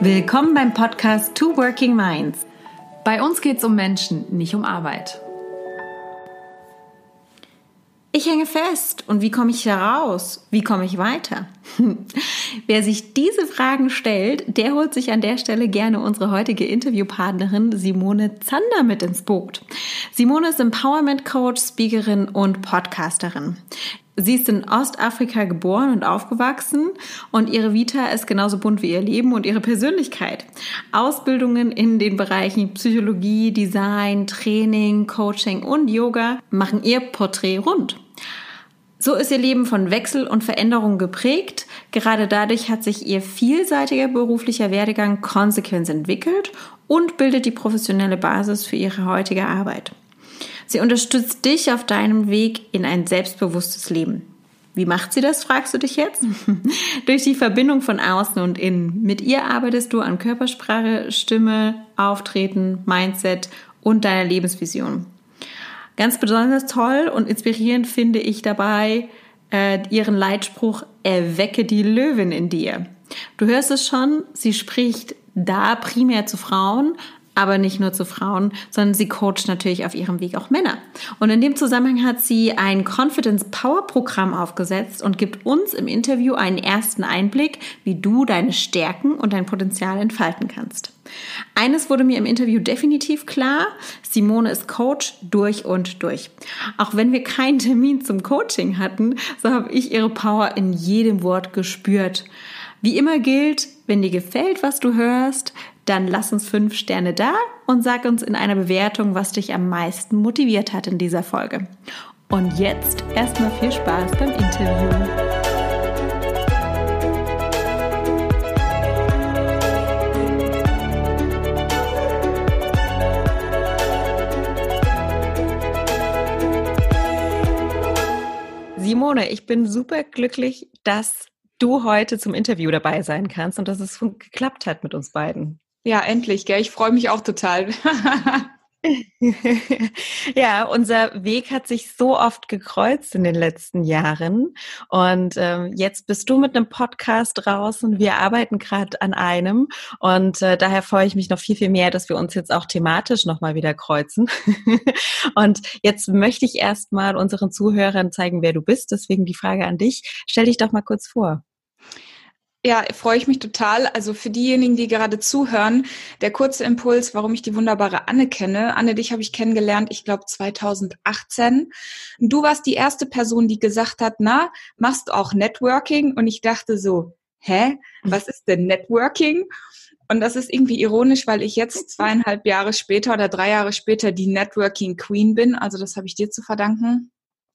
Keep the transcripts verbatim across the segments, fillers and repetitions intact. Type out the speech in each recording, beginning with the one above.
Willkommen beim Podcast Two Working Minds. Bei uns geht es um Menschen, nicht um Arbeit. Ich hänge fest. Und wie komme ich da raus? Wie komme ich weiter? Wer sich diese Fragen stellt, der holt sich an der Stelle gerne unsere heutige Interviewpartnerin Simone Zander mit ins Boot. Simone ist Empowerment Coach, Speakerin und Podcasterin. Sie ist in Ostafrika geboren und aufgewachsen und ihre Vita ist genauso bunt wie ihr Leben und ihre Persönlichkeit. Ausbildungen in den Bereichen Psychologie, Design, Training, Coaching und Yoga machen ihr Porträt rund. So ist ihr Leben von Wechsel und Veränderung geprägt. Gerade dadurch hat sich ihr vielseitiger beruflicher Werdegang konsequent entwickelt und bildet die professionelle Basis für ihre heutige Arbeit. Sie unterstützt dich auf deinem Weg in ein selbstbewusstes Leben. Wie macht sie das, fragst du dich jetzt? Durch die Verbindung von außen und innen. Mit ihr arbeitest du an Körpersprache, Stimme, Auftreten, Mindset und deiner Lebensvision. Ganz besonders toll und inspirierend finde ich dabei äh, ihren Leitspruch, erwecke die Löwin in dir. Du hörst es schon, sie spricht da primär zu Frauen, aber nicht nur zu Frauen, sondern sie coacht natürlich auf ihrem Weg auch Männer. Und in dem Zusammenhang hat sie ein Confidence Power Programm aufgesetzt und gibt uns im Interview einen ersten Einblick, wie du deine Stärken und dein Potenzial entfalten kannst. Eines wurde mir im Interview definitiv klar: Simone ist Coach durch und durch. Auch wenn wir keinen Termin zum Coaching hatten, so habe ich ihre Power in jedem Wort gespürt. Wie immer gilt, wenn dir gefällt, was du hörst, dann lass uns fünf Sterne da und sag uns in einer Bewertung, was dich am meisten motiviert hat in dieser Folge. Und jetzt erstmal viel Spaß beim Interview. Simone, ich bin super glücklich, dass du heute zum Interview dabei sein kannst und dass es geklappt hat mit uns beiden. Ja, endlich, gell? Ich freue mich auch total. Ja, unser Weg hat sich so oft gekreuzt in den letzten Jahren und ähm, jetzt bist du mit einem Podcast draußen. Wir arbeiten gerade an einem und äh, daher freue ich mich noch viel, viel mehr, dass wir uns jetzt auch thematisch nochmal wieder kreuzen. Und jetzt möchte ich erstmal unseren Zuhörern zeigen, wer du bist. Deswegen die Frage an dich. Stell dich doch mal kurz vor. Ja, freue ich mich total. Also für diejenigen, die gerade zuhören, der kurze Impuls, warum ich die wunderbare Anne kenne. Anne, dich habe ich kennengelernt, ich glaube zweitausendachtzehn. Du warst die erste Person, die gesagt hat, na, machst du auch Networking? Und ich dachte so, hä, was ist denn Networking? Und das ist irgendwie ironisch, weil ich jetzt zweieinhalb Jahre später oder drei Jahre später die Networking Queen bin. Also das habe ich dir zu verdanken.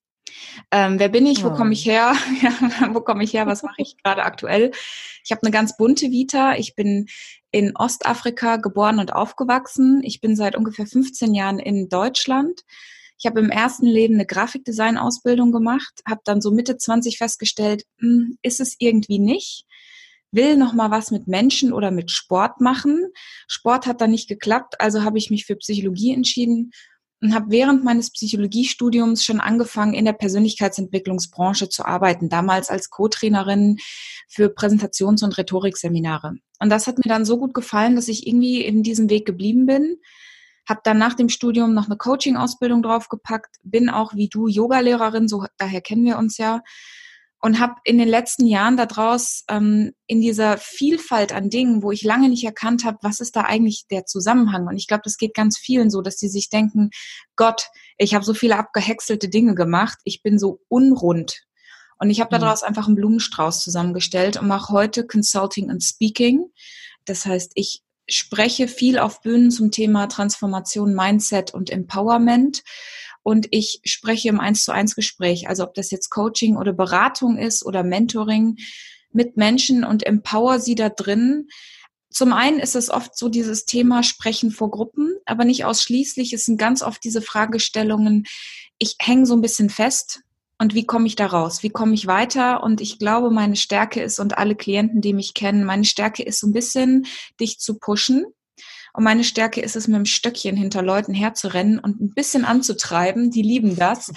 Ähm, wer bin ich? Wo komme ich her? Ja, wo komme ich her? Was mache ich gerade aktuell? Ich habe eine ganz bunte Vita. Ich bin in Ostafrika geboren und aufgewachsen. Ich bin seit ungefähr fünfzehn Jahren in Deutschland. Ich habe im ersten Leben eine Grafikdesign-Ausbildung gemacht, habe dann so Mitte zwanzig festgestellt, hm, ist es irgendwie nicht. Will noch mal was mit Menschen oder mit Sport machen. Sport hat dann nicht geklappt, also habe ich mich für Psychologie entschieden und habe während meines Psychologiestudiums schon angefangen, in der Persönlichkeitsentwicklungsbranche zu arbeiten, damals als Co-Trainerin für Präsentations- und Rhetorikseminare. Und das hat mir dann so gut gefallen, dass ich irgendwie in diesem Weg geblieben bin, habe dann nach dem Studium noch eine Coaching-Ausbildung draufgepackt, bin auch wie du Yogalehrerin, so daher kennen wir uns ja, und habe in den letzten Jahren daraus ähm, in dieser Vielfalt an Dingen, wo ich lange nicht erkannt habe, was ist da eigentlich der Zusammenhang. Und ich glaube, das geht ganz vielen so, dass die sich denken, Gott, ich habe so viele abgehäckselte Dinge gemacht, ich bin so unrund. Und ich habe mhm. daraus einfach einen Blumenstrauß zusammengestellt und mache heute Consulting and Speaking. Das heißt, ich spreche viel auf Bühnen zum Thema Transformation, Mindset und Empowerment. Und ich spreche im eins zu eins Gespräch, also ob das jetzt Coaching oder Beratung ist oder Mentoring mit Menschen und empower sie da drin. Zum einen ist es oft so dieses Thema Sprechen vor Gruppen, aber nicht ausschließlich. Es sind ganz oft diese Fragestellungen, ich hänge so ein bisschen fest und wie komme ich da raus? Wie komme ich weiter? Und ich glaube, meine Stärke ist, und alle Klienten, die mich kennen, meine Stärke ist so ein bisschen, dich zu pushen. Und meine Stärke ist es, mit dem Stöckchen hinter Leuten herzurennen und ein bisschen anzutreiben. Die lieben das,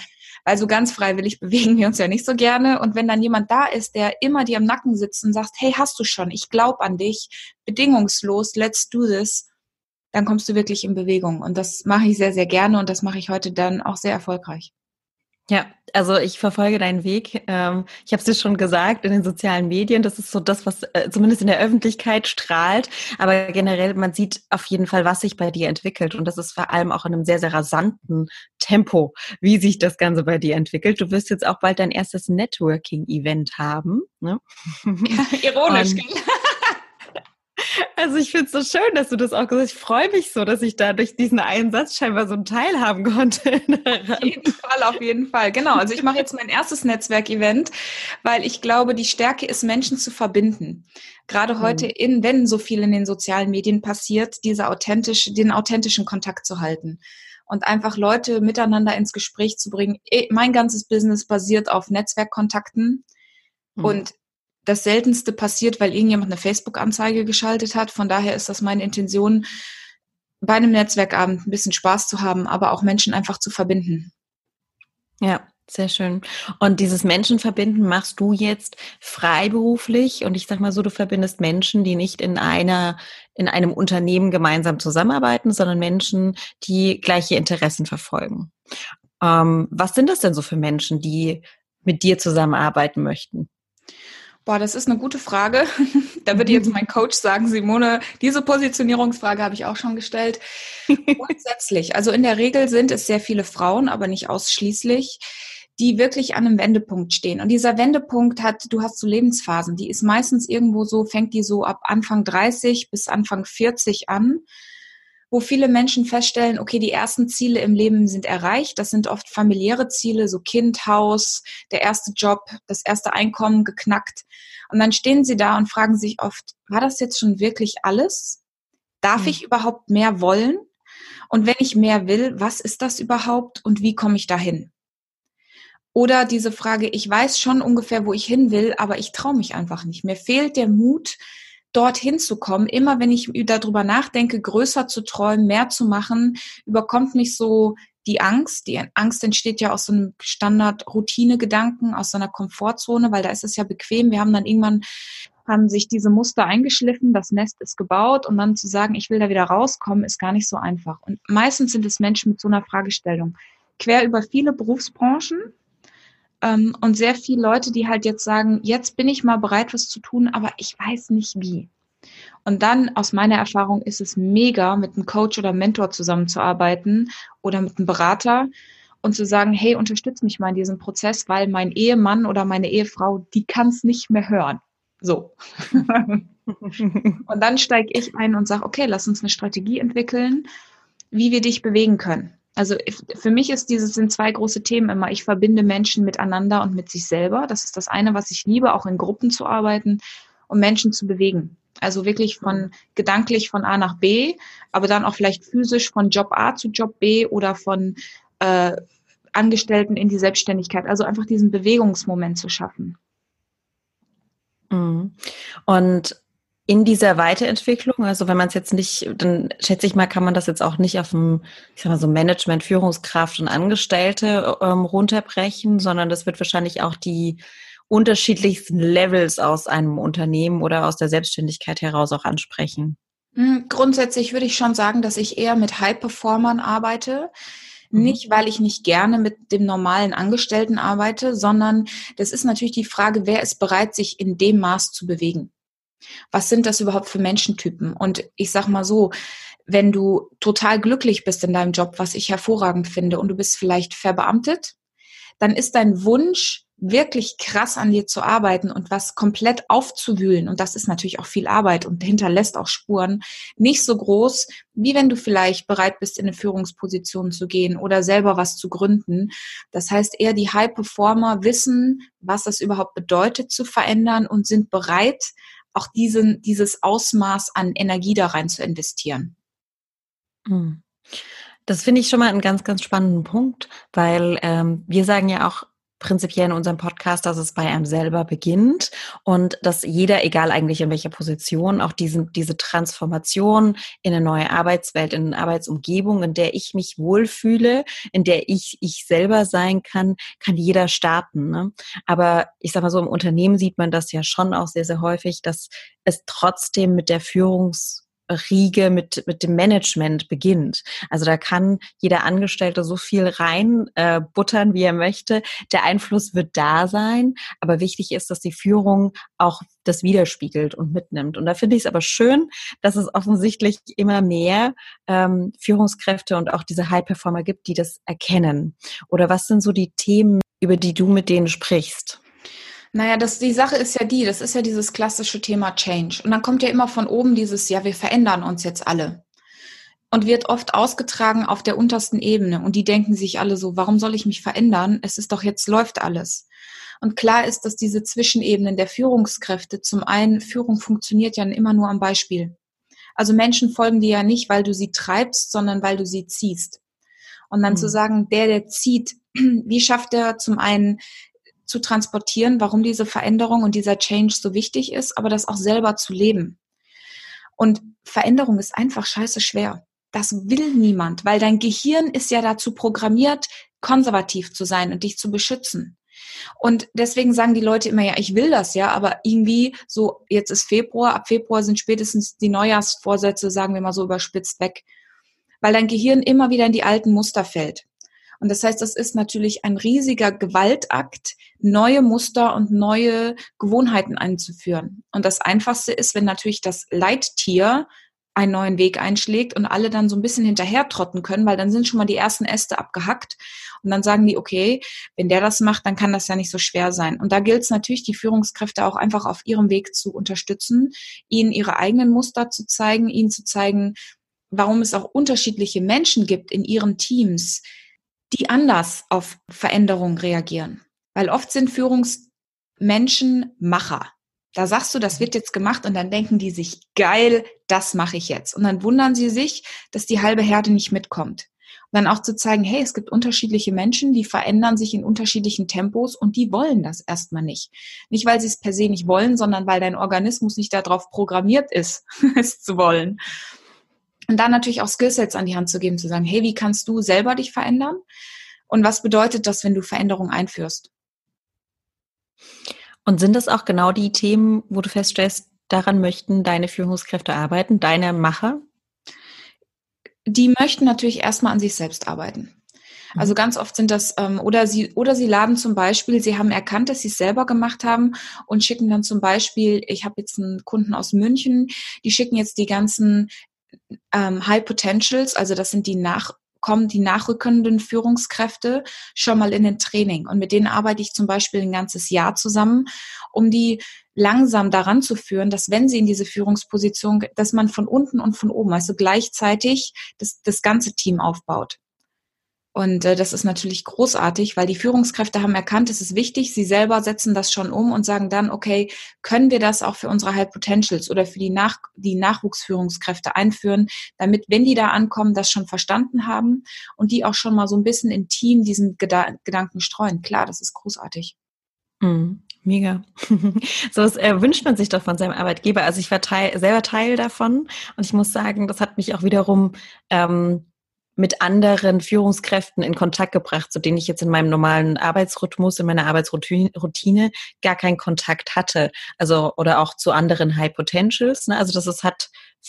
Weil so ganz freiwillig bewegen wir uns ja nicht so gerne. Und wenn dann jemand da ist, der immer dir im Nacken sitzt und sagt, hey, hast du schon, ich glaube an dich, bedingungslos, let's do this, dann kommst du wirklich in Bewegung. Und das mache ich sehr, sehr gerne und das mache ich heute dann auch sehr erfolgreich. Ja, also ich verfolge deinen Weg. Ähm, ich habe es dir schon gesagt, in den sozialen Medien, das ist so das, was äh, zumindest in der Öffentlichkeit strahlt. Aber generell, man sieht auf jeden Fall, was sich bei dir entwickelt. Und das ist vor allem auch in einem sehr, sehr rasanten Tempo, wie sich das Ganze bei dir entwickelt. Du wirst jetzt auch bald dein erstes Networking-Event haben. Ne? Ja, ironisch, Und, gell? also ich finde es so schön, dass du das auch gesagt hast. Ich freue mich so, dass ich da durch diesen einen Satz scheinbar so einen Teil haben konnte. Auf jeden Fall, auf jeden Fall. Genau. Also ich mache jetzt mein erstes Netzwerkevent, weil ich glaube, die Stärke ist, Menschen zu verbinden. Gerade heute, in, wenn so viel in den sozialen Medien passiert, diese authentisch, den authentischen Kontakt zu halten und einfach Leute miteinander ins Gespräch zu bringen. Mein ganzes Business basiert auf Netzwerkkontakten Mhm. und das Seltenste passiert, weil irgendjemand eine Facebook-Anzeige geschaltet hat. Von daher ist das meine Intention, bei einem Netzwerkabend ein bisschen Spaß zu haben, aber auch Menschen einfach zu verbinden. Ja, sehr schön. Und dieses Menschenverbinden machst du jetzt freiberuflich und ich sag mal so, du verbindest Menschen, die nicht in einer, in einem Unternehmen gemeinsam zusammenarbeiten, sondern Menschen, die gleiche Interessen verfolgen. Ähm, was sind das denn so für Menschen, die mit dir zusammenarbeiten möchten? Boah, das ist eine gute Frage. Da würde jetzt mein Coach sagen, Simone, diese Positionierungsfrage habe ich auch schon gestellt. Grundsätzlich, also in der Regel sind es sehr viele Frauen, aber nicht ausschließlich, die wirklich an einem Wendepunkt stehen. Und dieser Wendepunkt hat, du hast so Lebensphasen, die ist meistens irgendwo so, fängt die so ab Anfang dreißig bis Anfang vierzig an, wo viele Menschen feststellen, okay, die ersten Ziele im Leben sind erreicht. Das sind oft familiäre Ziele, so Kind, Haus, der erste Job, das erste Einkommen geknackt. Und dann stehen sie da und fragen sich oft, war das jetzt schon wirklich alles? Darf Mhm. ich überhaupt mehr wollen? Und wenn ich mehr will, was ist das überhaupt und wie komme ich dahin? Oder diese Frage, ich weiß schon ungefähr, wo ich hin will, aber ich traue mich einfach nicht. Mir fehlt der Mut, dorthin zu kommen. Immer wenn ich darüber nachdenke, größer zu träumen, mehr zu machen, überkommt mich so die Angst. Die Angst entsteht ja aus so einem Standard-Routine-Gedanken, aus so einer Komfortzone, weil da ist es ja bequem. Wir haben dann irgendwann, haben sich diese Muster eingeschliffen, das Nest ist gebaut und dann zu sagen, ich will da wieder rauskommen, ist gar nicht so einfach. Und meistens sind es Menschen mit so einer Fragestellung. Quer über viele Berufsbranchen, ähm, und sehr viele Leute, die halt jetzt sagen, jetzt bin ich mal bereit, was zu tun, aber ich weiß nicht wie. Und dann, aus meiner Erfahrung, ist es mega, mit einem Coach oder Mentor zusammenzuarbeiten oder mit einem Berater und zu sagen, hey, unterstütz mich mal in diesem Prozess, weil mein Ehemann oder meine Ehefrau, die kann es nicht mehr hören. So. Und dann steige ich ein und sage, okay, lass uns eine Strategie entwickeln, wie wir dich bewegen können. Also für mich ist dieses, sind zwei große Themen immer. Ich verbinde Menschen miteinander und mit sich selber. Das ist das eine, was ich liebe, auch in Gruppen zu arbeiten, um Menschen zu bewegen. Also wirklich von gedanklich von A nach B, aber dann auch vielleicht physisch von Job A zu Job B oder von äh, Angestellten in die Selbstständigkeit. Also einfach diesen Bewegungsmoment zu schaffen. Und in dieser Weiterentwicklung, also wenn man es jetzt nicht, dann schätze ich mal, kann man das jetzt auch nicht auf ein, ich sag mal so Management, Führungskraft und Angestellte ähm, runterbrechen, sondern das wird wahrscheinlich auch die unterschiedlichsten Levels aus einem Unternehmen oder aus der Selbstständigkeit heraus auch ansprechen. Grundsätzlich würde ich schon sagen, dass ich eher mit High-Performern arbeite. Nicht, weil ich nicht gerne mit dem normalen Angestellten arbeite, sondern das ist natürlich die Frage, wer ist bereit, sich in dem Maß zu bewegen? Was sind das überhaupt für Menschentypen? Und ich sag mal so, wenn du total glücklich bist in deinem Job, was ich hervorragend finde, und du bist vielleicht verbeamtet, dann ist dein Wunsch, wirklich krass an dir zu arbeiten und was komplett aufzuwühlen, und das ist natürlich auch viel Arbeit und hinterlässt auch Spuren, nicht so groß, wie wenn du vielleicht bereit bist, in eine Führungsposition zu gehen oder selber was zu gründen. Das heißt, eher die High-Performer wissen, was das überhaupt bedeutet, zu verändern und sind bereit, auch diesen, dieses Ausmaß an Energie da rein zu investieren. Das finde ich schon mal einen ganz, ganz spannenden Punkt, weil ähm, wir sagen ja auch prinzipiell in unserem Podcast, dass es bei einem selber beginnt und dass jeder, egal eigentlich in welcher Position, auch diesen, diese Transformation in eine neue Arbeitswelt, in eine Arbeitsumgebung, in der ich mich wohlfühle, in der ich ich selber sein kann, kann jeder starten. Ne? Aber ich sag mal so, im Unternehmen sieht man das ja schon auch sehr, sehr häufig, dass es trotzdem mit der Führungs Riege mit mit dem Management beginnt. Also da kann jeder Angestellte so viel rein äh, buttern, wie er möchte. Der Einfluss wird da sein, aber wichtig ist, dass die Führung auch das widerspiegelt und mitnimmt. Und da finde ich es aber schön, dass es offensichtlich immer mehr ähm, Führungskräfte und auch diese High-Performer gibt, die das erkennen. Oder was sind so die Themen, über die du mit denen sprichst? Naja, das, die Sache ist ja die, das ist ja dieses klassische Thema Change. Und dann kommt ja immer von oben dieses, ja, wir verändern uns jetzt alle. Und wird oft ausgetragen auf der untersten Ebene. Und die denken sich alle so, warum soll ich mich verändern? Es ist doch jetzt, läuft alles. Und klar ist, dass diese Zwischenebenen der Führungskräfte, zum einen, Führung funktioniert ja immer nur am Beispiel. Also Menschen folgen dir ja nicht, weil du sie treibst, sondern weil du sie ziehst. Und dann mhm. zu sagen, der, der zieht, wie schafft er zum einen, zu transportieren, warum diese Veränderung und dieser Change so wichtig ist, aber das auch selber zu leben. Und Veränderung ist einfach scheiße schwer. Das will niemand, weil dein Gehirn ist ja dazu programmiert, konservativ zu sein und dich zu beschützen. Und deswegen sagen die Leute immer, ja, ich will das ja, aber irgendwie so, jetzt ist Februar, ab Februar sind spätestens die Neujahrsvorsätze, sagen wir mal so überspitzt, weg. Weil dein Gehirn immer wieder in die alten Muster fällt. Und das heißt, das ist natürlich ein riesiger Gewaltakt, neue Muster und neue Gewohnheiten einzuführen. Und das Einfachste ist, wenn natürlich das Leittier einen neuen Weg einschlägt und alle dann so ein bisschen hinterher trotten können, weil dann sind schon mal die ersten Äste abgehackt. Und dann sagen die, okay, wenn der das macht, dann kann das ja nicht so schwer sein. Und da gilt es natürlich, die Führungskräfte auch einfach auf ihrem Weg zu unterstützen, ihnen ihre eigenen Muster zu zeigen, ihnen zu zeigen, warum es auch unterschiedliche Menschen gibt in ihren Teams, die anders auf Veränderungen reagieren. Weil oft sind Führungsmenschen Macher. Da sagst du, das wird jetzt gemacht und dann denken die sich, geil, das mache ich jetzt. Und dann wundern sie sich, dass die halbe Herde nicht mitkommt. Und dann auch zu zeigen, hey, es gibt unterschiedliche Menschen, die verändern sich in unterschiedlichen Tempos und die wollen das erstmal nicht. Nicht, weil sie es per se nicht wollen, sondern weil dein Organismus nicht darauf programmiert ist, es zu wollen. Und dann natürlich auch Skillsets an die Hand zu geben, zu sagen, hey, wie kannst du selber dich verändern? Und was bedeutet das, wenn du Veränderung einführst? Und sind das auch genau die Themen, wo du feststellst, daran möchten deine Führungskräfte arbeiten, deine Macher? Die möchten natürlich erstmal an sich selbst arbeiten. Also ganz oft sind das, ähm, oder sie oder sie laden zum Beispiel, sie haben erkannt, dass sie es selber gemacht haben und schicken dann zum Beispiel, ich habe jetzt einen Kunden aus München, die schicken jetzt die ganzen ähm, High Potentials, also das sind die nach kommen die nachrückenden Führungskräfte schon mal in den Training. Und mit denen arbeite ich zum Beispiel ein ganzes Jahr zusammen, um die langsam daran zu führen, dass wenn sie in diese Führungsposition, dass man von unten und von oben, also gleichzeitig das, das ganze Team aufbaut. Und äh, das ist natürlich großartig, weil die Führungskräfte haben erkannt, es ist wichtig, sie selber setzen das schon um und sagen dann, okay, können wir das auch für unsere High Potentials oder für die, Nach- die Nachwuchsführungskräfte einführen, damit, wenn die da ankommen, das schon verstanden haben und die auch schon mal so ein bisschen im Team diesen Geda- Gedanken streuen. Klar, das ist großartig. Mm, mega. So das, äh, wünscht man sich doch von seinem Arbeitgeber. Also ich war Teil, selber Teil davon und ich muss sagen, das hat mich auch wiederum ähm, mit anderen Führungskräften in Kontakt gebracht, zu denen ich jetzt in meinem normalen Arbeitsrhythmus, in meiner Arbeitsroutine gar keinen Kontakt hatte. Also, oder auch zu anderen High Potentials. Ne? Also das ist, hat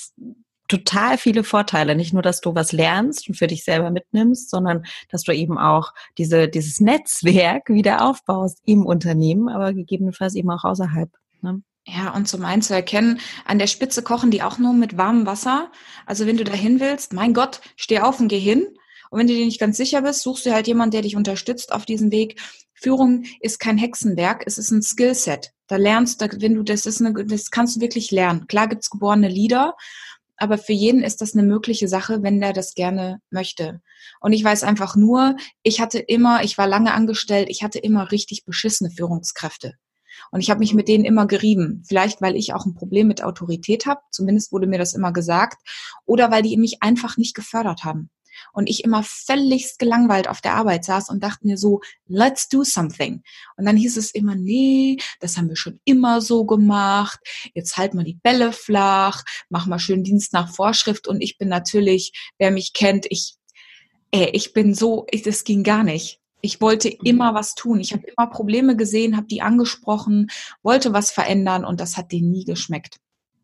total viele Vorteile. Nicht nur, dass du was lernst und für dich selber mitnimmst, sondern dass du eben auch diese, dieses Netzwerk wieder aufbaust im Unternehmen, aber gegebenenfalls eben auch außerhalb. Ne? Ja, und zum einen zu erkennen, an der Spitze kochen die auch nur mit warmem Wasser. Also wenn du dahin willst, mein Gott, steh auf und geh hin. Und wenn du dir nicht ganz sicher bist, suchst du halt jemanden, der dich unterstützt auf diesem Weg. Führung ist kein Hexenwerk, es ist ein Skillset. Da lernst du, wenn du, das ist eine, das kannst du wirklich lernen. Klar gibt's geborene Leader, aber für jeden ist das eine mögliche Sache, wenn der das gerne möchte. Und ich weiß einfach nur, ich hatte immer, ich war lange angestellt, ich hatte immer richtig beschissene Führungskräfte. Und ich habe mich mit denen immer gerieben. Vielleicht, weil ich auch ein Problem mit Autorität habe. Zumindest wurde mir das immer gesagt. Oder weil die mich einfach nicht gefördert haben. und ich immer völligst gelangweilt auf der Arbeit saß und dachte mir so, let's do something. Und dann hieß es immer, nee, das haben wir schon immer so gemacht, jetzt halt mal die Bälle flach, mach mal schön Dienst nach Vorschrift. Und ich bin natürlich, wer mich kennt, ich, ey, ich bin so, ich, das ging gar nicht. Ich wollte immer was tun. Ich habe immer Probleme gesehen, habe die angesprochen, wollte was verändern und das hat denen nie geschmeckt.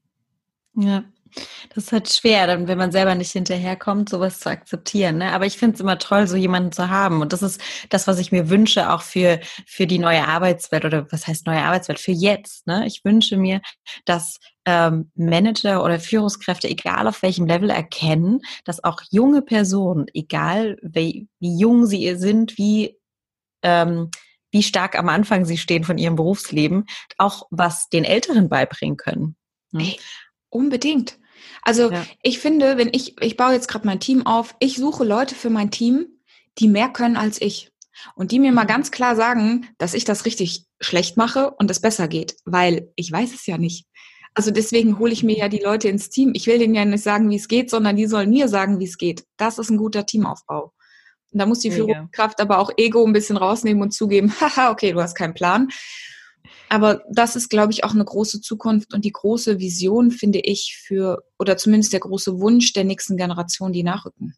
Ja, das ist halt schwer, dann, wenn man selber nicht hinterherkommt, sowas zu akzeptieren. Ne? Aber ich finde es immer toll, so jemanden zu haben. Und das ist das, was ich mir wünsche, auch für, für die neue Arbeitswelt oder was heißt neue Arbeitswelt? Für jetzt. Ne? Ich wünsche mir, dass ähm, Manager oder Führungskräfte, egal auf welchem Level, erkennen, dass auch junge Personen, egal wie, wie jung sie sind, wie ähm, wie stark am Anfang sie stehen von ihrem Berufsleben, auch was den Älteren beibringen können. Ne? Ey, unbedingt. Also ja. Ich finde, wenn ich, ich baue jetzt gerade mein Team auf, ich suche Leute für mein Team, die mehr können als ich. Und die mir mhm. mal ganz klar sagen, dass ich das richtig schlecht mache und es besser geht, weil ich weiß es ja nicht. Also deswegen hole ich mir ja die Leute ins Team. Ich will denen ja nicht sagen, wie es geht, sondern die sollen mir sagen, wie es geht. Das ist ein guter Teamaufbau. Und da muss die Mega. Führungskraft aber auch Ego ein bisschen rausnehmen und zugeben, haha, okay, du hast keinen Plan. Aber das ist, glaube ich, auch eine große Zukunft und die große Vision, finde ich, für, oder zumindest der große Wunsch der nächsten Generation, die nachrücken.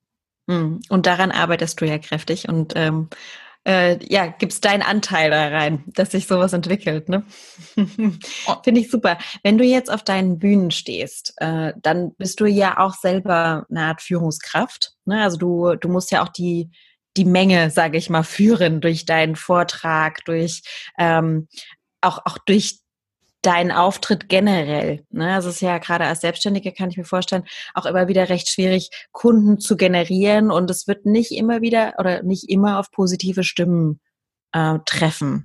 Und daran arbeitest du ja kräftig und ähm, äh, ja, gibst deinen Anteil da rein, dass sich sowas entwickelt, ne? Finde ich super. Wenn du jetzt auf deinen Bühnen stehst, äh, dann bist du ja auch selber eine Art Führungskraft, ne? Also du, du musst ja auch die die Menge, sage ich mal, führen durch deinen Vortrag, durch ähm, auch auch durch deinen Auftritt generell. Ne? Also es ist ja gerade als Selbstständige, kann ich mir vorstellen, auch immer wieder recht schwierig, Kunden zu generieren und es wird nicht immer wieder oder nicht immer auf positive Stimmen äh, treffen.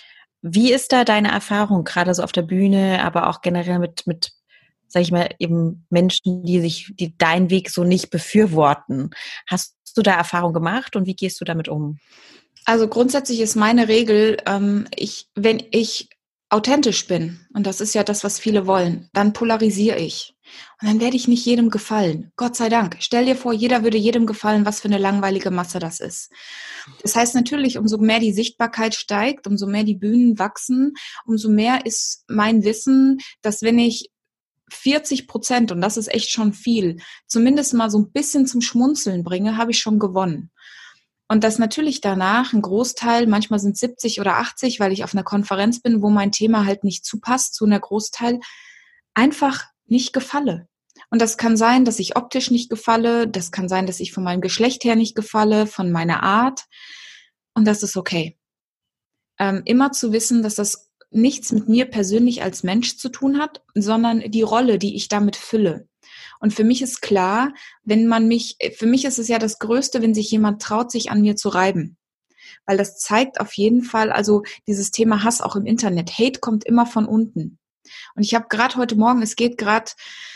Wie ist da deine Erfahrung, gerade so auf der Bühne, aber auch generell mit, mit, sag ich mal, eben Menschen, die sich, die deinen Weg so nicht befürworten? Hast du da Erfahrung gemacht und wie gehst du damit um? Also grundsätzlich ist meine Regel, ähm, ich, wenn ich authentisch bin, und das ist ja das, was viele wollen, dann polarisiere ich. Und dann werde ich nicht jedem gefallen. Gott sei Dank. Stell dir vor, jeder würde jedem gefallen, was für eine langweilige Masse das ist. Das heißt natürlich, umso mehr die Sichtbarkeit steigt, umso mehr die Bühnen wachsen, umso mehr ist mein Wissen, dass wenn ich vierzig Prozent, und das ist echt schon viel, zumindest mal so ein bisschen zum Schmunzeln bringe, habe ich schon gewonnen. Und dass natürlich danach ein Großteil, manchmal sind siebzig oder achtzig, weil ich auf einer Konferenz bin, wo mein Thema halt nicht zupasst zu einer Großteil, einfach nicht gefalle. Und das kann sein, dass ich optisch nicht gefalle, das kann sein, dass ich von meinem Geschlecht her nicht gefalle, von meiner Art. Und das ist okay. Ähm, immer zu wissen, dass das nichts mit mir persönlich als Mensch zu tun hat, sondern die Rolle, die ich damit fülle. Und für mich ist klar, wenn man mich, für mich ist es ja das Größte, wenn sich jemand traut, sich an mir zu reiben. Weil das zeigt auf jeden Fall, also dieses Thema Hass auch im Internet. Hate kommt immer von unten. Und ich habe gerade heute Morgen, es geht gerade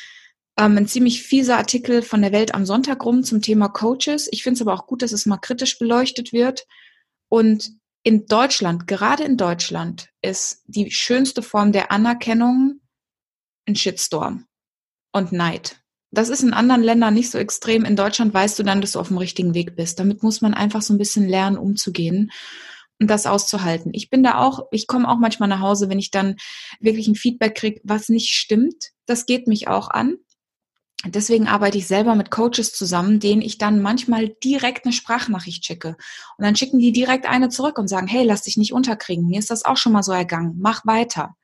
ähm, ein ziemlich fieser Artikel von der Welt am Sonntag rum zum Thema Coaches. Ich finde es aber auch gut, dass es mal kritisch beleuchtet wird. Und in Deutschland, gerade in Deutschland, ist die schönste Form der Anerkennung ein Shitstorm und Neid. Das ist in anderen Ländern nicht so extrem. In Deutschland weißt du dann, dass du auf dem richtigen Weg bist. Damit muss man einfach so ein bisschen lernen, umzugehen und das auszuhalten. Ich bin da auch, ich komme auch manchmal nach Hause, wenn ich dann wirklich ein Feedback kriege, was nicht stimmt. Das geht mich auch an. Deswegen arbeite ich selber mit Coaches zusammen, denen ich dann manchmal direkt eine Sprachnachricht schicke. Und dann schicken die direkt eine zurück und sagen, hey, lass dich nicht unterkriegen. Mir ist das auch schon mal so ergangen. Mach weiter.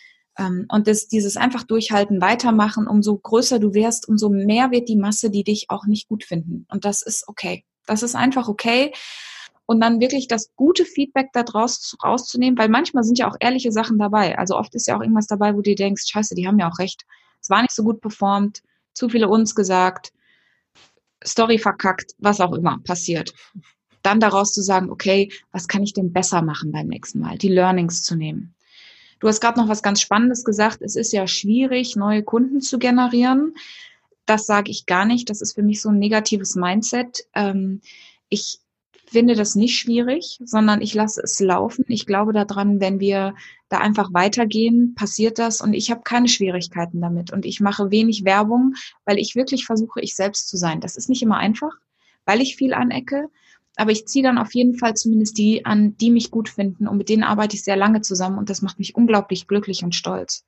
Und das, dieses einfach durchhalten, weitermachen, umso größer du wirst, umso mehr wird die Masse, die dich auch nicht gut finden. Und das ist okay. Das ist einfach okay. Und dann wirklich das gute Feedback da draus rauszunehmen, weil manchmal sind ja auch ehrliche Sachen dabei. Also oft ist ja auch irgendwas dabei, wo du dir denkst, scheiße, die haben ja auch recht. Es war nicht so gut performt, zu viele uns gesagt, Story verkackt, was auch immer passiert. Dann daraus zu sagen, okay, was kann ich denn besser machen beim nächsten Mal? Die Learnings zu nehmen. Du hast gerade noch was ganz Spannendes gesagt. Es ist ja schwierig, neue Kunden zu generieren. Das sage ich gar nicht. Das ist für mich so ein negatives Mindset. Ähm, ich finde das nicht schwierig, sondern ich lasse es laufen. Ich glaube daran, wenn wir da einfach weitergehen, passiert das. Und ich habe keine Schwierigkeiten damit. Und ich mache wenig Werbung, weil ich wirklich versuche, ich selbst zu sein. Das ist nicht immer einfach. weil ich viel anecke. Aber ich ziehe dann auf jeden Fall zumindest die an, die mich gut finden. Und mit denen arbeite ich sehr lange zusammen. Und das macht mich unglaublich glücklich und stolz.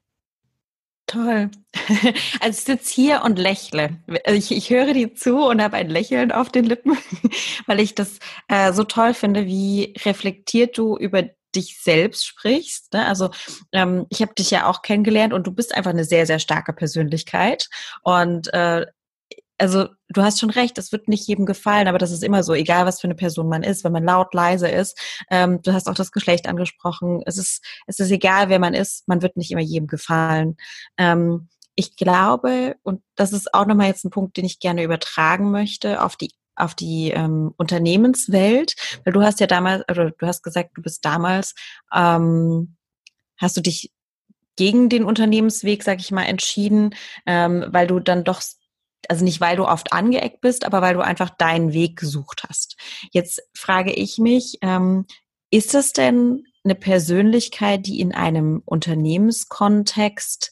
Toll. Also ich sitze hier und lächle. Ich, ich höre dir zu und habe ein Lächeln auf den Lippen, weil ich das äh, so toll finde, wie reflektiert du über dich selbst sprichst. Ne? Also ähm, ich habe dich ja auch kennengelernt und du bist einfach eine sehr, sehr starke Persönlichkeit. Und äh, also du hast schon recht, das wird nicht jedem gefallen, aber das ist immer so, egal was für eine Person man ist, wenn man laut, leise ist. Ähm, du hast auch das Geschlecht angesprochen. Es ist, es ist egal, wer man ist, man wird nicht immer jedem gefallen. Ähm, ich glaube, und das ist auch nochmal jetzt ein Punkt, den ich gerne übertragen möchte auf die auf die ähm, Unternehmenswelt, weil du hast ja damals, oder du hast gesagt, du bist damals, ähm, hast du dich gegen den Unternehmensweg, sag ich mal, entschieden, ähm, weil du dann doch, also nicht, weil du oft angeeckt bist, aber weil du einfach deinen Weg gesucht hast. Jetzt frage ich mich, ähm, ist das denn eine Persönlichkeit, die in einem Unternehmenskontext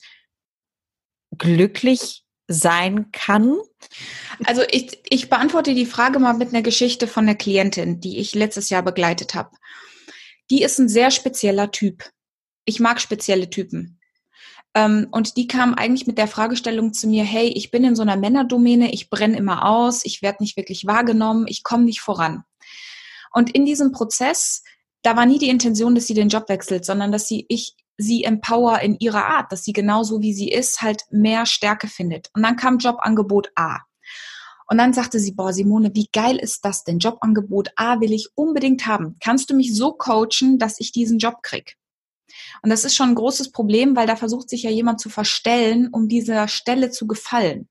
glücklich sein kann? Also ich, ich beantworte die Frage mal mit einer Geschichte von einer Klientin, die ich letztes Jahr begleitet habe. Die ist ein sehr spezieller Typ. Ich mag spezielle Typen. Ähm, und die kam eigentlich mit der Fragestellung zu mir, hey, ich bin in so einer Männerdomäne, ich brenne immer aus, ich werde nicht wirklich wahrgenommen, ich komme nicht voran. Und in diesem Prozess, da war nie die Intention, dass sie den Job wechselt, sondern dass sie ich sie empower in ihrer Art, dass sie genauso wie sie ist halt mehr Stärke findet. Und dann kam Jobangebot A. Und dann sagte sie, boah, Simone, wie geil ist das denn? Jobangebot A will ich unbedingt haben. Kannst du mich so coachen, dass ich diesen Job krieg? Und das ist schon ein großes Problem, weil da versucht sich ja jemand zu verstellen, um dieser Stelle zu gefallen.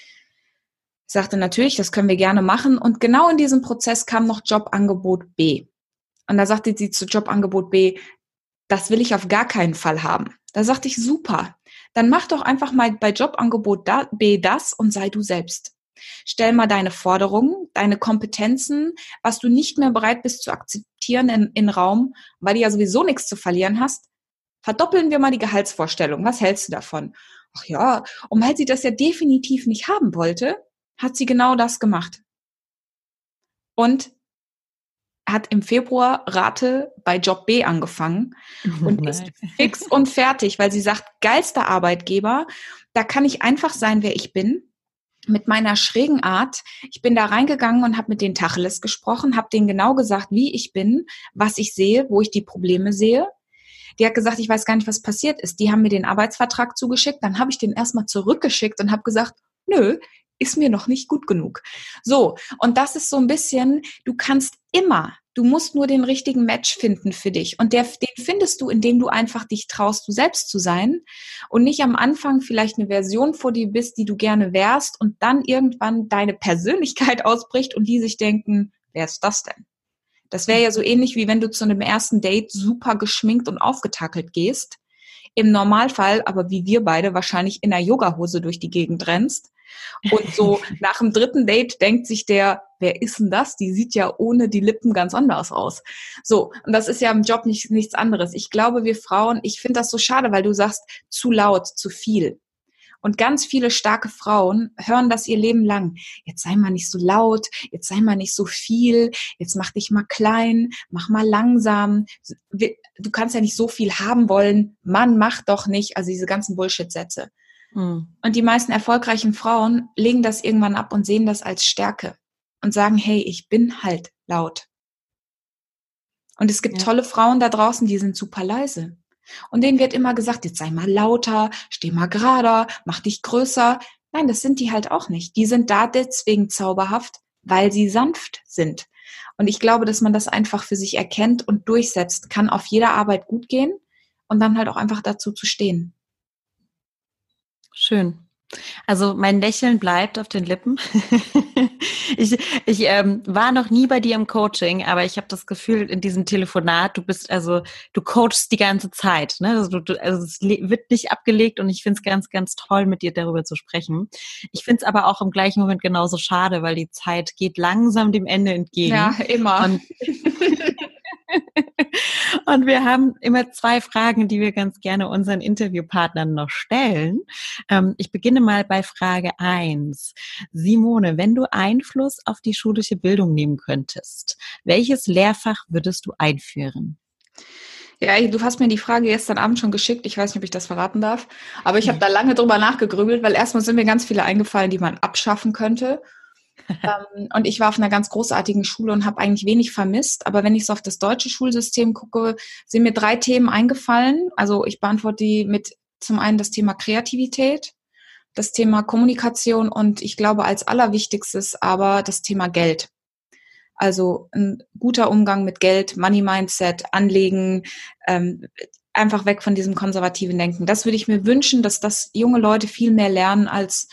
Ich sagte natürlich, das können wir gerne machen. Und genau in diesem Prozess kam noch Jobangebot B. Und da sagte sie zu Jobangebot B, das will ich auf gar keinen Fall haben. Da sagte ich, super, dann mach doch einfach mal bei Jobangebot B das und sei du selbst. Stell mal deine Forderungen, deine Kompetenzen, was du nicht mehr bereit bist zu akzeptieren in, in Raum, weil du ja sowieso nichts zu verlieren hast. Verdoppeln wir mal die Gehaltsvorstellung. Was hältst du davon? Ach ja, und weil sie das ja definitiv nicht haben wollte, hat sie genau das gemacht. Und hat im Februar Rate bei Job B angefangen und Nice. ist fix und fertig, weil sie sagt, geilster Arbeitgeber, da kann ich einfach sein, wer ich bin. Mit meiner schrägen Art, ich bin da reingegangen und habe mit denen Tacheles gesprochen, habe denen genau gesagt, wie ich bin, was ich sehe, wo ich die Probleme sehe. Die hat gesagt, ich weiß gar nicht, was passiert ist. Die haben mir den Arbeitsvertrag zugeschickt, dann habe ich den erstmal zurückgeschickt und habe gesagt, nö, ist mir noch nicht gut genug. So, und das ist so ein bisschen, du kannst immer, du musst nur den richtigen Match finden für dich. Und der, den findest du, indem du einfach dich traust, du selbst zu sein und nicht am Anfang vielleicht eine Version vor dir bist, die du gerne wärst und dann irgendwann deine Persönlichkeit ausbricht und die sich denken, wer ist das denn? Das wäre ja so ähnlich, wie wenn du zu einem ersten Date super geschminkt und aufgetackelt gehst. Im Normalfall, aber wie wir beide, wahrscheinlich in einer Yogahose durch die Gegend rennst. Und so nach dem dritten Date denkt sich der, wer ist denn das? Die sieht ja ohne die Lippen ganz anders aus. So, und das ist ja im Job nicht, nichts anderes. Ich glaube, wir Frauen, ich finde das so schade, weil du sagst, zu laut, zu viel. Und ganz viele starke Frauen hören das ihr Leben lang. Jetzt sei mal nicht so laut, jetzt sei mal nicht so viel, jetzt mach dich mal klein, mach mal langsam. Du kannst ja nicht so viel haben wollen. Mann, mach doch nicht. Also diese ganzen Bullshit-Sätze. Hm. Und die meisten erfolgreichen Frauen legen das irgendwann ab und sehen das als Stärke und sagen, hey, ich bin halt laut. Und es gibt ja. tolle Frauen da draußen, die sind super leise. Und denen wird immer gesagt, jetzt sei mal lauter, steh mal gerader, mach dich größer. Nein, das sind die halt auch nicht. Die sind da deswegen zauberhaft, weil sie sanft sind. Und ich glaube, dass man das einfach für sich erkennt und durchsetzt, kann auf jeder Arbeit gut gehen und dann halt auch einfach dazu zu stehen. Schön. Also mein Lächeln bleibt auf den Lippen. ich ich ähm, war noch nie bei dir im Coaching, aber ich habe das Gefühl, in diesem Telefonat, du bist also, du coachst die ganze Zeit. Ne? Also, du, also es wird nicht abgelegt und ich finde es ganz, ganz toll, mit dir darüber zu sprechen. Ich finde es aber auch im gleichen Moment genauso schade, weil die Zeit geht langsam dem Ende entgegen. Ja, immer. Und Und wir haben immer zwei Fragen, die wir ganz gerne unseren Interviewpartnern noch stellen. Ähm, ich beginne mal bei Frage eins. Simone, wenn du Einfluss auf die schulische Bildung nehmen könntest, welches Lehrfach würdest du einführen? Ja, du hast mir die Frage gestern Abend schon geschickt. Ich weiß nicht, ob ich das verraten darf. Aber ich habe da lange drüber nachgegrübelt, weil erstmal sind mir ganz viele eingefallen, die man abschaffen könnte. ähm, und ich war auf einer ganz großartigen Schule und habe eigentlich wenig vermisst. Aber wenn ich so auf das deutsche Schulsystem gucke, sind mir drei Themen eingefallen. Also ich beantworte die mit zum einen das Thema Kreativität, das Thema Kommunikation und ich glaube als allerwichtigstes aber das Thema Geld. Also ein guter Umgang mit Geld, Money Mindset, Anlegen, ähm, einfach weg von diesem konservativen Denken. Das würde ich mir wünschen, dass das junge Leute viel mehr lernen als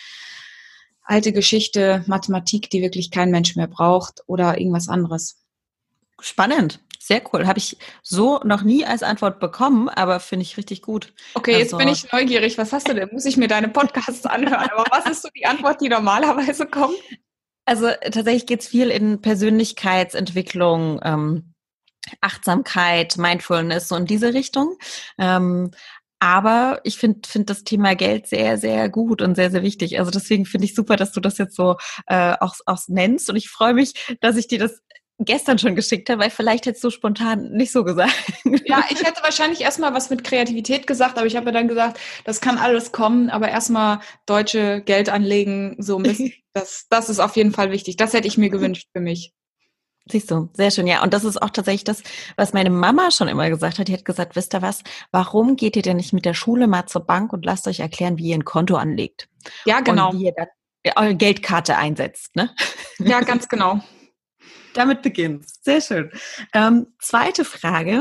alte Geschichte, Mathematik, die wirklich kein Mensch mehr braucht oder irgendwas anderes. Spannend, sehr cool. Habe ich so noch nie als Antwort bekommen, aber finde ich richtig gut. Okay, also, jetzt bin ich neugierig. Was hast du denn? Muss ich mir deine Podcasts anhören? Aber was ist so die Antwort, die normalerweise kommt? Also tatsächlich geht es viel in Persönlichkeitsentwicklung, ähm, Achtsamkeit, Mindfulness, so in diese Richtung. Ähm, aber ich finde find das Thema Geld sehr, sehr gut und sehr, sehr wichtig. Also deswegen finde ich super, dass du das jetzt so äh, auch, auch nennst. Und ich freue mich, dass ich dir das gestern schon geschickt habe, weil vielleicht hättest du spontan nicht so gesagt. Ja, ich hätte wahrscheinlich erstmal was mit Kreativität gesagt, aber ich habe mir dann gesagt, das kann alles kommen, aber erstmal deutsche Geld anlegen, so Mist, das, das ist auf jeden Fall wichtig. Das hätte ich mir gewünscht für mich. Siehst du, sehr schön, ja. Und das ist auch tatsächlich das, was meine Mama schon immer gesagt hat. Die hat gesagt, wisst ihr was, warum geht ihr denn nicht mit der Schule mal zur Bank und lasst euch erklären, wie ihr ein Konto anlegt? Ja, genau. Und wie ihr dann eure Geldkarte einsetzt, ne? Ja, ganz genau. Damit beginnt's. Sehr schön. Ähm, zweite Frage.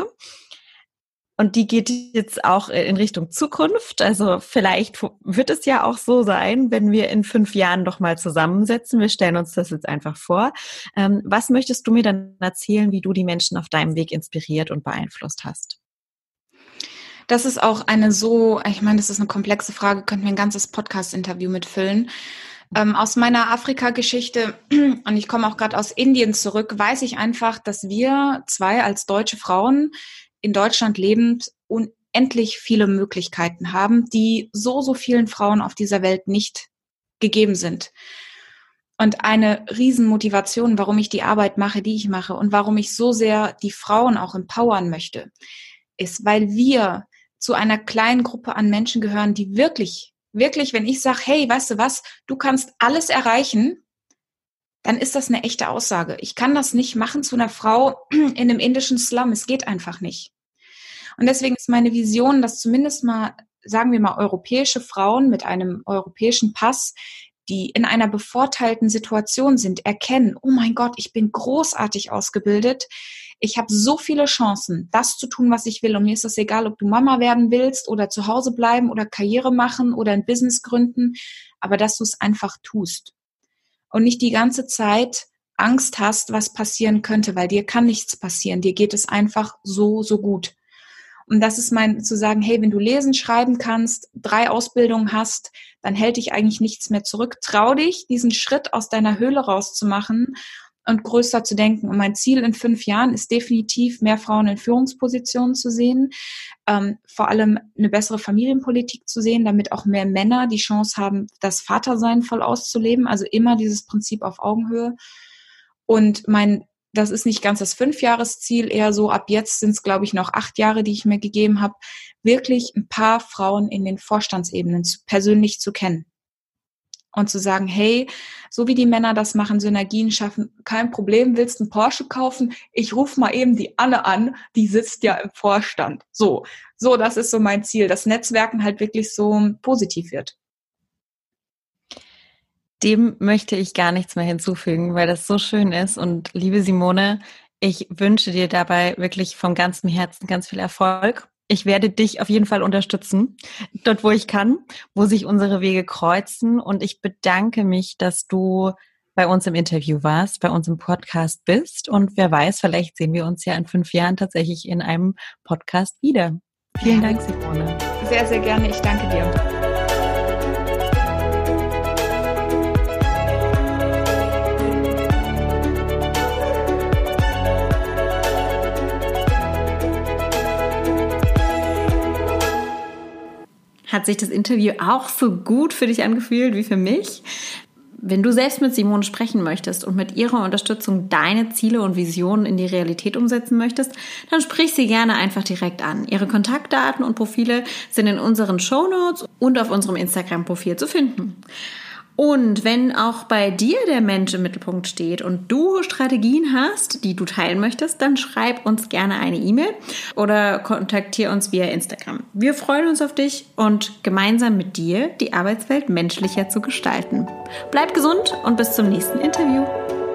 Und die geht jetzt auch in Richtung Zukunft. Also vielleicht wird es ja auch so sein, wenn wir in fünf Jahren doch mal zusammensetzen. Wir stellen uns das jetzt einfach vor. Ähm, was möchtest du mir dann erzählen, wie du die Menschen auf deinem Weg inspiriert und beeinflusst hast? Das ist auch eine so, ich meine, das ist eine komplexe Frage, könnten wir ein ganzes Podcast-Interview mitfüllen. Ähm, aus meiner Afrika-Geschichte, und ich komme auch gerade aus Indien zurück, weiß ich einfach, dass wir zwei als deutsche Frauen in Deutschland lebend unendlich viele Möglichkeiten haben, die so, so vielen Frauen auf dieser Welt nicht gegeben sind. Und eine Riesenmotivation, warum ich die Arbeit mache, die ich mache und warum ich so sehr die Frauen auch empowern möchte, ist, weil wir zu einer kleinen Gruppe an Menschen gehören, die wirklich Wirklich, wenn ich sage, hey, weißt du was, du kannst alles erreichen, dann ist das eine echte Aussage. Ich kann das nicht machen zu einer Frau in einem indischen Slum. Es geht einfach nicht. Und deswegen ist meine Vision, dass zumindest mal, sagen wir mal, europäische Frauen mit einem europäischen Pass, die in einer bevorteilten Situation sind, erkennen, oh mein Gott, ich bin großartig ausgebildet. Ich habe so viele Chancen, das zu tun, was ich will. Und mir ist es egal, ob du Mama werden willst oder zu Hause bleiben oder Karriere machen oder ein Business gründen, aber dass du es einfach tust. Und nicht die ganze Zeit Angst hast, was passieren könnte, weil dir kann nichts passieren. Dir geht es einfach so, so gut. Und das ist mein, zu sagen, hey, wenn du lesen, schreiben kannst, drei Ausbildungen hast, dann hält dich eigentlich nichts mehr zurück. Trau dich, diesen Schritt aus deiner Höhle rauszumachen und größer zu denken. Und mein Ziel in fünf Jahren ist definitiv, mehr Frauen in Führungspositionen zu sehen, ähm, vor allem eine bessere Familienpolitik zu sehen, damit auch mehr Männer die Chance haben, das Vatersein voll auszuleben. Also immer dieses Prinzip auf Augenhöhe. Und mein, das ist nicht ganz das Fünfjahresziel, eher so, ab jetzt sind es, glaube ich, noch acht Jahre, die ich mir gegeben habe, wirklich ein paar Frauen in den Vorstandsebenen zu, persönlich zu kennen. Und zu sagen, hey, so wie die Männer das machen, Synergien schaffen, kein Problem, willst einen Porsche kaufen? Ich rufe mal eben die Anne an, die sitzt ja im Vorstand. So, so, das ist so mein Ziel, dass Netzwerken halt wirklich so positiv wird. Dem möchte ich gar nichts mehr hinzufügen, weil das so schön ist. Und liebe Simone, ich wünsche dir dabei wirklich vom ganzen Herzen ganz viel Erfolg. Ich werde dich auf jeden Fall unterstützen, dort wo ich kann, wo sich unsere Wege kreuzen. Und ich bedanke mich, dass du bei uns im Interview warst, bei uns im Podcast bist. Und wer weiß, vielleicht sehen wir uns ja in fünf Jahren tatsächlich in einem Podcast wieder. Vielen Dank, Simone. Sehr, sehr gerne. Ich danke dir. Hat sich das Interview auch so gut für dich angefühlt wie für mich? Wenn du selbst mit Simone sprechen möchtest und mit ihrer Unterstützung deine Ziele und Visionen in die Realität umsetzen möchtest, dann sprich sie gerne einfach direkt an. Ihre Kontaktdaten und Profile sind in unseren Shownotes und auf unserem Instagram-Profil zu finden. Und wenn auch bei dir der Mensch im Mittelpunkt steht und du Strategien hast, die du teilen möchtest, dann schreib uns gerne eine E-Mail oder kontaktiere uns via Instagram. Wir freuen uns auf dich und gemeinsam mit dir die Arbeitswelt menschlicher zu gestalten. Bleib gesund und bis zum nächsten Interview.